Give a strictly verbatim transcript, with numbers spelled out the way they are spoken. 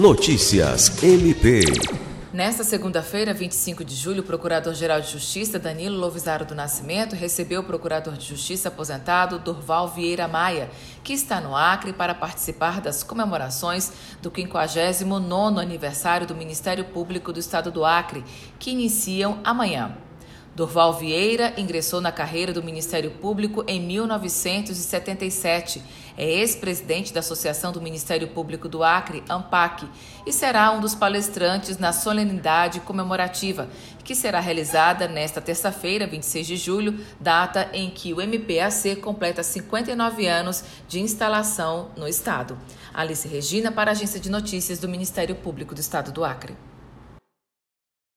Notícias M P. Nesta segunda-feira, vinte e cinco de julho, o Procurador-Geral de Justiça, Danilo Lovisaro do Nascimento, recebeu o Procurador de Justiça aposentado, Durval Vieira Maia, que está no Acre para participar das comemorações do quinquagésimo nono aniversário do Ministério Público do Estado do Acre, que iniciam amanhã. Durval Vieira ingressou na carreira do Ministério Público em mil novecentos e setenta e sete. É ex-presidente da Associação do Ministério Público do Acre, ANPAC, e será um dos palestrantes na solenidade comemorativa, que será realizada nesta terça-feira, vinte e seis de julho, data em que o M P A C completa cinquenta e nove anos de instalação no Estado. Alice Regina, para a Agência de Notícias do Ministério Público do Estado do Acre.